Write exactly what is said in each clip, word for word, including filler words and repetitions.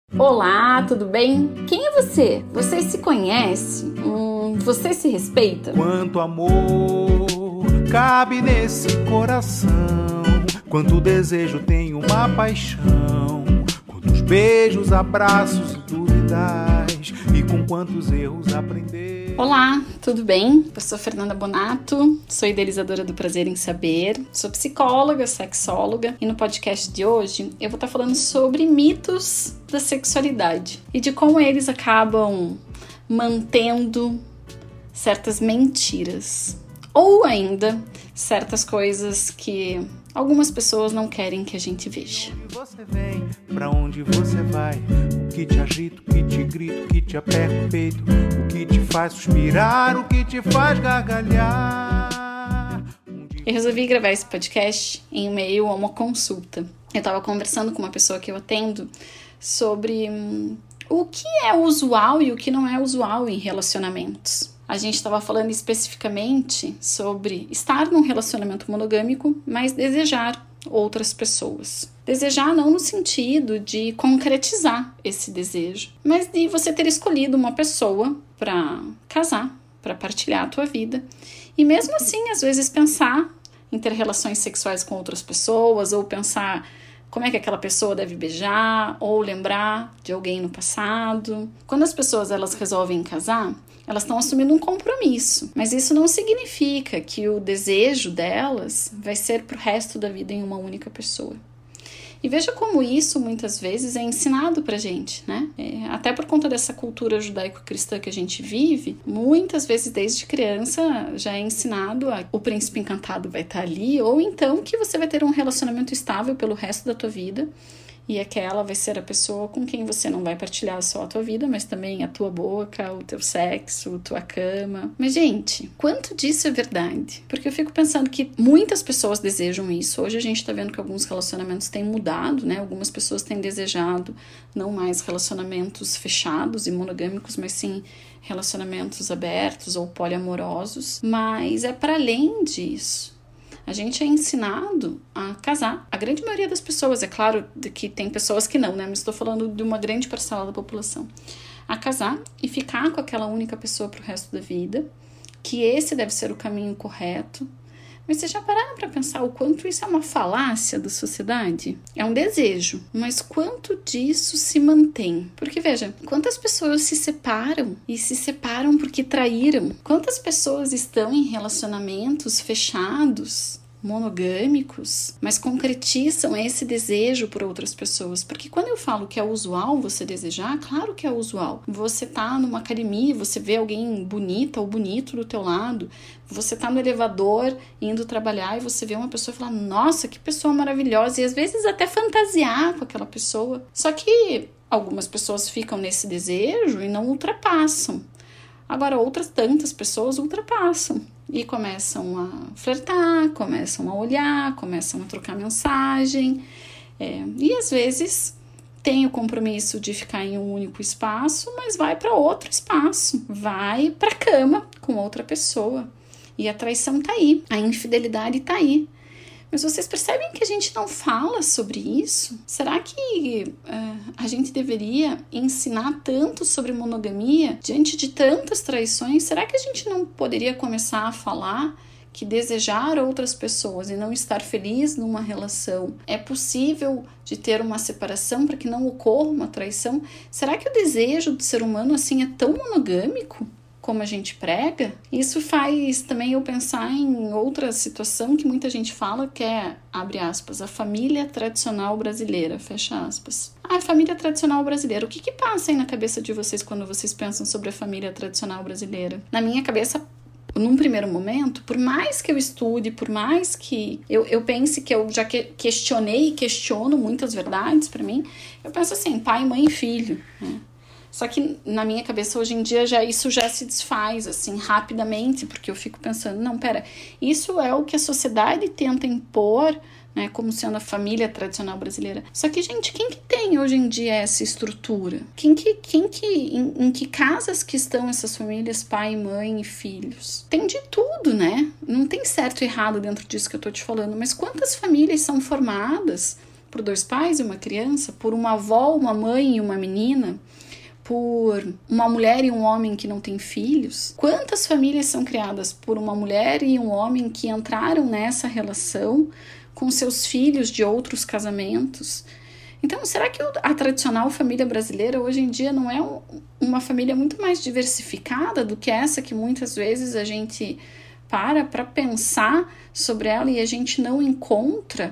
Olá, tudo bem? Quem é você? Você se conhece? Hum, você se respeita? Quanto amor cabe nesse coração, quanto desejo tem uma paixão, quantos beijos, abraços e dúvidas, e com quantos erros aprender. Olá, tudo bem? Eu sou Fernanda Bonato, sou idealizadora do Prazer em Saber, sou psicóloga, sexóloga, e no podcast de hoje eu vou estar falando sobre mitos da sexualidade e de como eles acabam mantendo certas mentiras ou ainda certas coisas que algumas pessoas não querem que a gente veja. Onde você vem, pra onde você vai, o que te agita, o que te grita, o que te aperta o peito, o que te faz suspirar, o que te faz gargalhar. Eu resolvi gravar esse podcast em meio a uma consulta. Eu estava conversando com uma pessoa que eu atendo sobre hum, o que é usual e o que não é usual em relacionamentos. A gente estava falando especificamente sobre estar num relacionamento monogâmico, mas desejar outras pessoas. Desejar não no sentido de concretizar esse desejo, mas de você ter escolhido uma pessoa para casar, para partilhar a tua vida. E mesmo assim, às vezes pensar em ter relações sexuais com outras pessoas, ou pensar como é que aquela pessoa deve beijar, ou lembrar de alguém no passado. Quando as pessoas elas resolvem casar, elas estão assumindo um compromisso, mas isso não significa que o desejo delas vai ser pro resto da vida em uma única pessoa. E veja como isso muitas vezes é ensinado pra gente, né? É, até por conta dessa cultura judaico-cristã que a gente vive, muitas vezes desde criança já é ensinado a, o príncipe encantado vai estar ali, ou então que você vai ter um relacionamento estável pelo resto da tua vida, e aquela vai ser a pessoa com quem você não vai partilhar só a tua vida, mas também a tua boca, o teu sexo, a tua cama. Mas, gente, quanto disso é verdade? Porque eu fico pensando que muitas pessoas desejam isso. Hoje a gente tá vendo que alguns relacionamentos têm mudado, né? Algumas pessoas têm desejado não mais relacionamentos fechados e monogâmicos, mas sim relacionamentos abertos ou poliamorosos. Mas é para além disso. A gente é ensinado a casar. A grande maioria das pessoas, é claro que tem pessoas que não, né? Mas estou falando de uma grande parcela da população. A casar e ficar com aquela única pessoa pro resto da vida. Que esse deve ser o caminho correto. Mas vocês já pararam para pensar o quanto isso é uma falácia da sociedade? É um desejo, mas quanto disso se mantém? Porque veja, quantas pessoas se separam e se separam porque traíram? Quantas pessoas estão em relacionamentos fechados, monogâmicos, mas concretizam esse desejo por outras pessoas? Porque quando eu falo que é usual você desejar, claro que é usual. Você tá numa academia, você vê alguém bonita ou bonito do teu lado, você tá no elevador indo trabalhar e você vê uma pessoa e fala, nossa, que pessoa maravilhosa, e às vezes até fantasiar com aquela pessoa. Só que algumas pessoas ficam nesse desejo e não ultrapassam. Agora, outras tantas pessoas ultrapassam e começam a flertar, começam a olhar, começam a trocar mensagem. É, e às vezes tem o compromisso de ficar em um único espaço, mas vai para outro espaço, vai para a cama com outra pessoa. E a traição tá aí, a infidelidade tá aí. Mas vocês percebem que a gente não fala sobre isso? Será que uh, a gente deveria ensinar tanto sobre monogamia diante de tantas traições? Será que a gente não poderia começar a falar que desejar outras pessoas e não estar feliz numa relação é possível de ter uma separação para que não ocorra uma traição? Será que o desejo do ser humano assim é tão monogâmico como a gente prega? Isso faz também eu pensar em outra situação que muita gente fala, que é, abre aspas, a família tradicional brasileira, fecha aspas. Ah, a família tradicional brasileira. O que que passa aí na cabeça de vocês quando vocês pensam sobre a família tradicional brasileira? Na minha cabeça, num primeiro momento, por mais que eu estude, por mais que eu, eu pense que eu já que, questionei e questiono muitas verdades para mim, eu penso assim, pai, mãe e filho, né? Só que na minha cabeça hoje em dia já, isso já se desfaz assim rapidamente, porque eu fico pensando, não, pera, isso é o que a sociedade tenta impor, né, como sendo a família tradicional brasileira. Só que, gente, quem que tem hoje em dia essa estrutura? Quem que, quem que em, em que casas que estão essas famílias, pai, mãe e filhos? Tem de tudo, né? Não tem certo e errado dentro disso que eu tô te falando, mas quantas famílias são formadas por dois pais e uma criança, por uma avó, uma mãe e uma menina, por uma mulher e um homem que não têm filhos? Quantas famílias são criadas por uma mulher e um homem que entraram nessa relação com seus filhos de outros casamentos? Então, será que a tradicional família brasileira hoje em dia não é um, uma família muito mais diversificada do que essa que muitas vezes a gente para para pensar sobre ela e a gente não encontra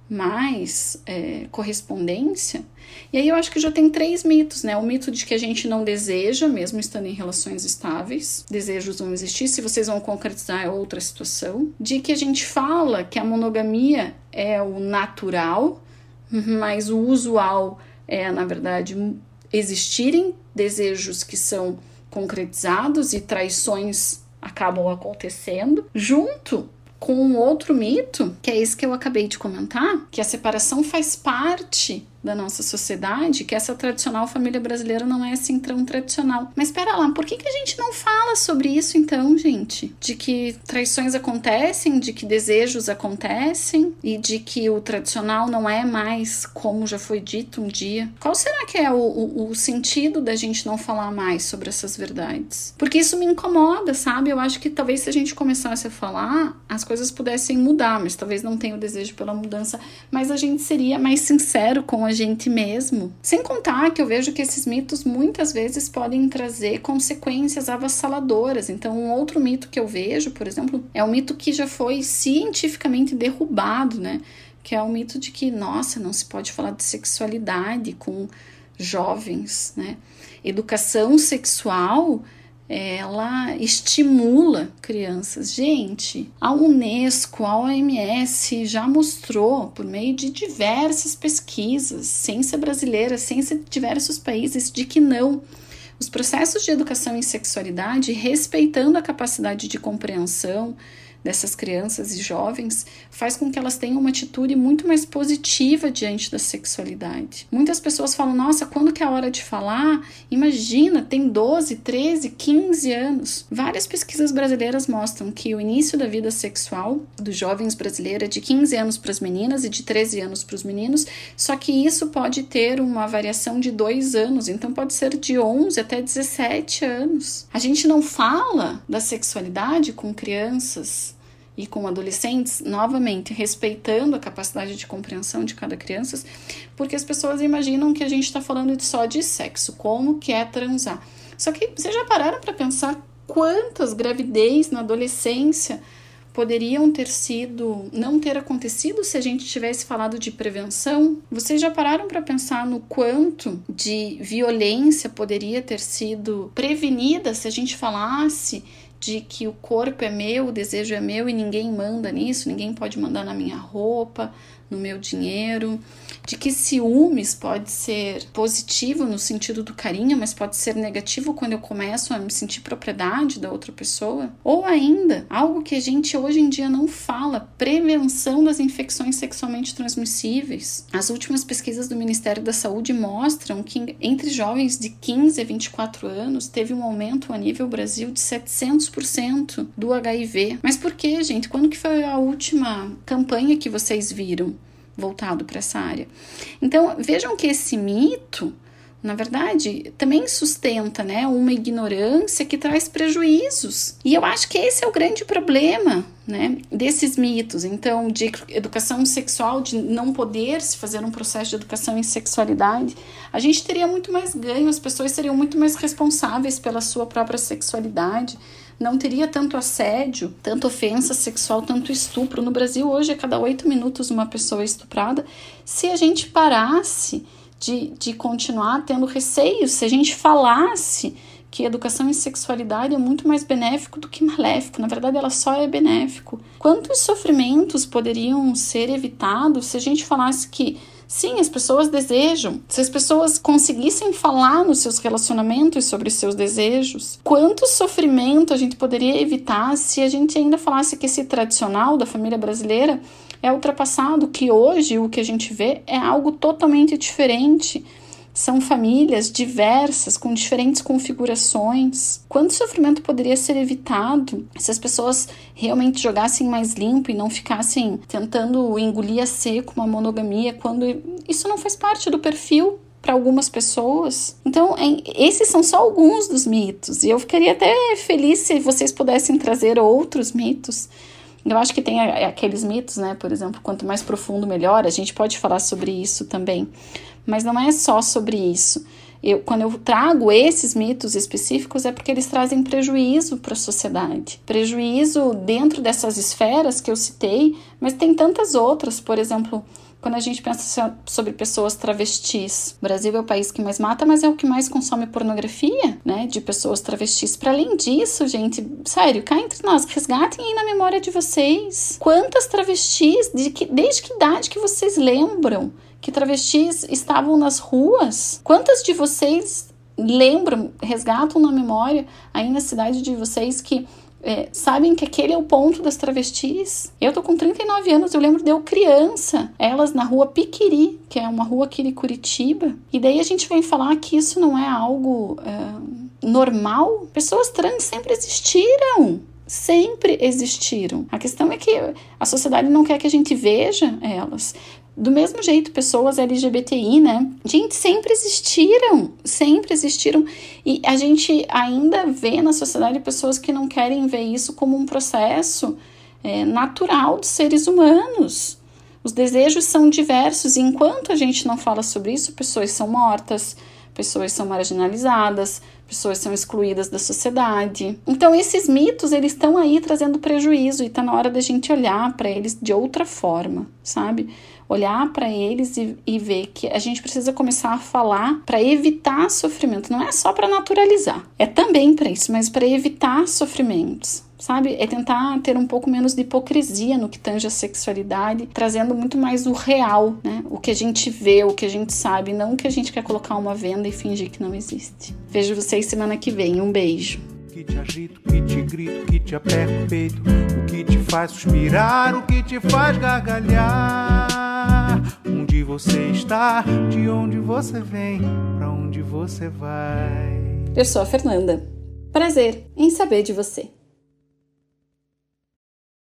mais é, correspondência? E aí eu acho que já tem três mitos, né? O mito de que a gente não deseja, mesmo estando em relações estáveis. Desejos vão existir, se vocês vão concretizar é outra situação. De que a gente fala que a monogamia é o natural, mas o usual é, na verdade, existirem desejos que são concretizados e traições acabam acontecendo, junto com um outro mito, que é esse que eu acabei de comentar, que a separação faz parte da nossa sociedade, que essa tradicional família brasileira não é assim tão tradicional. Mas espera lá, por que, que a gente não fala sobre isso então, gente? De que traições acontecem, de que desejos acontecem e de que o tradicional não é mais como já foi dito um dia. Qual será que é o, o, o sentido da gente não falar mais sobre essas verdades? Porque isso me incomoda, sabe? Eu acho que talvez se a gente começasse a falar, as coisas pudessem mudar, mas talvez não tenha o desejo pela mudança, mas a gente seria mais sincero com a gente mesmo. Sem contar que eu vejo que esses mitos muitas vezes podem trazer consequências avassaladoras. Então, um outro mito que eu vejo, por exemplo, é o mito que já foi cientificamente derrubado, né? Que é o mito de que, nossa, não se pode falar de sexualidade com jovens, né? Educação sexual, ela estimula crianças. Gente, a Unesco, a O M S já mostrou, por meio de diversas pesquisas, ciência brasileira, ciência de diversos países, de que não. Os processos de educação em sexualidade, respeitando a capacidade de compreensão dessas crianças e jovens, faz com que elas tenham uma atitude muito mais positiva diante da sexualidade. Muitas pessoas falam, nossa, quando que é a hora de falar? Imagina, tem doze, treze, quinze anos. Várias pesquisas brasileiras mostram que o início da vida sexual dos jovens brasileiros é de quinze anos para as meninas e de treze anos para os meninos, só que isso pode ter uma variação de dois anos, então pode ser de onze até dezessete anos. A gente não fala da sexualidade com crianças e com adolescentes, novamente, respeitando a capacidade de compreensão de cada criança, porque as pessoas imaginam que a gente está falando só de sexo, como que é transar. Só que vocês já pararam para pensar quantas gravidez na adolescência poderiam ter sido, não ter acontecido se a gente tivesse falado de prevenção? Vocês já pararam para pensar no quanto de violência poderia ter sido prevenida se a gente falasse de que o corpo é meu, o desejo é meu e ninguém manda nisso, ninguém pode mandar na minha roupa, no meu dinheiro, de que ciúmes pode ser positivo no sentido do carinho, mas pode ser negativo quando eu começo a me sentir propriedade da outra pessoa. Ou ainda, algo que a gente hoje em dia não fala, prevenção das infecções sexualmente transmissíveis. As últimas pesquisas do Ministério da Saúde mostram que entre jovens de quinze a vinte e quatro anos teve um aumento a nível Brasil de setecentos por cento do H I V. Mas por que, gente? Quando que foi a última campanha que vocês viram voltado para essa área? Então, vejam que esse mito, na verdade, também sustenta, né, uma ignorância que traz prejuízos. E eu acho que esse é o grande problema, né, desses mitos. Então, de educação sexual, de não poder se fazer um processo de educação em sexualidade, a gente teria muito mais ganho, as pessoas seriam muito mais responsáveis pela sua própria sexualidade, não teria tanto assédio, tanto ofensa sexual, tanto estupro. No Brasil, hoje, a cada oito minutos, uma pessoa é estuprada. Se a gente parasse de, de continuar tendo receios, se a gente falasse que educação em sexualidade é muito mais benéfico do que maléfico, na verdade, ela só é benéfico. Quantos sofrimentos poderiam ser evitados se a gente falasse que sim, as pessoas desejam. Se as pessoas conseguissem falar nos seus relacionamentos sobre seus desejos, quanto sofrimento a gente poderia evitar se a gente ainda falasse que esse tradicional da família brasileira é ultrapassado, que hoje o que a gente vê é algo totalmente diferente. São famílias diversas, com diferentes configurações. Quanto sofrimento poderia ser evitado se as pessoas realmente jogassem mais limpo e não ficassem tentando engolir a seco uma monogamia, quando isso não faz parte do perfil para algumas pessoas? Então, esses são só alguns dos mitos. E eu ficaria até feliz se vocês pudessem trazer outros mitos. Eu acho que tem aqueles mitos, né? Por exemplo, quanto mais profundo, melhor. A gente pode falar sobre isso também. Mas não é só sobre isso. Eu, quando eu trago esses mitos específicos é porque eles trazem prejuízo para a sociedade. Prejuízo dentro dessas esferas que eu citei, mas tem tantas outras. Por exemplo, quando a gente pensa sobre pessoas travestis, o Brasil é o país que mais mata, mas é o que mais consome pornografia, né, de pessoas travestis. Para além disso, gente, sério, cá entre nós, resgatem aí na memória de vocês. Quantas travestis, de que, desde que idade que vocês lembram que travestis estavam nas ruas? Quantas de vocês lembram, resgatam na memória aí na cidade de vocês que É, sabem que aquele é o ponto das travestis? Eu tô com trinta e nove anos, eu lembro de eu criança, elas na rua Piquiri, que é uma rua aqui de Curitiba, e daí a gente vem falar que isso não é algo é, normal. Pessoas trans sempre existiram, sempre existiram. A questão é que a sociedade não quer que a gente veja elas. Do mesmo jeito, pessoas L G B T I, né? Gente, sempre existiram, sempre existiram. E a gente ainda vê na sociedade pessoas que não querem ver isso como um processo é, natural dos seres humanos. Os desejos são diversos, e enquanto a gente não fala sobre isso, pessoas são mortas, pessoas são marginalizadas, pessoas são excluídas da sociedade. Então, esses mitos, eles estão aí trazendo prejuízo, e está na hora da gente olhar para eles de outra forma, sabe? Olhar para eles e, e ver que a gente precisa começar a falar para evitar sofrimento. Não é só para naturalizar, é também para isso, mas para evitar sofrimentos, sabe? É tentar ter um pouco menos de hipocrisia no que tange a sexualidade, trazendo muito mais o real, né? O que a gente vê, o que a gente sabe, não o que a gente quer colocar uma venda e fingir que não existe. Vejo vocês semana que vem. Um beijo. Que te agito, que te grito, que te aperta o peito, o que te faz suspirar, o que te faz gargalhar. Onde você está, de onde você vem, pra onde você vai. Eu sou a Fernanda. Prazer em saber de você.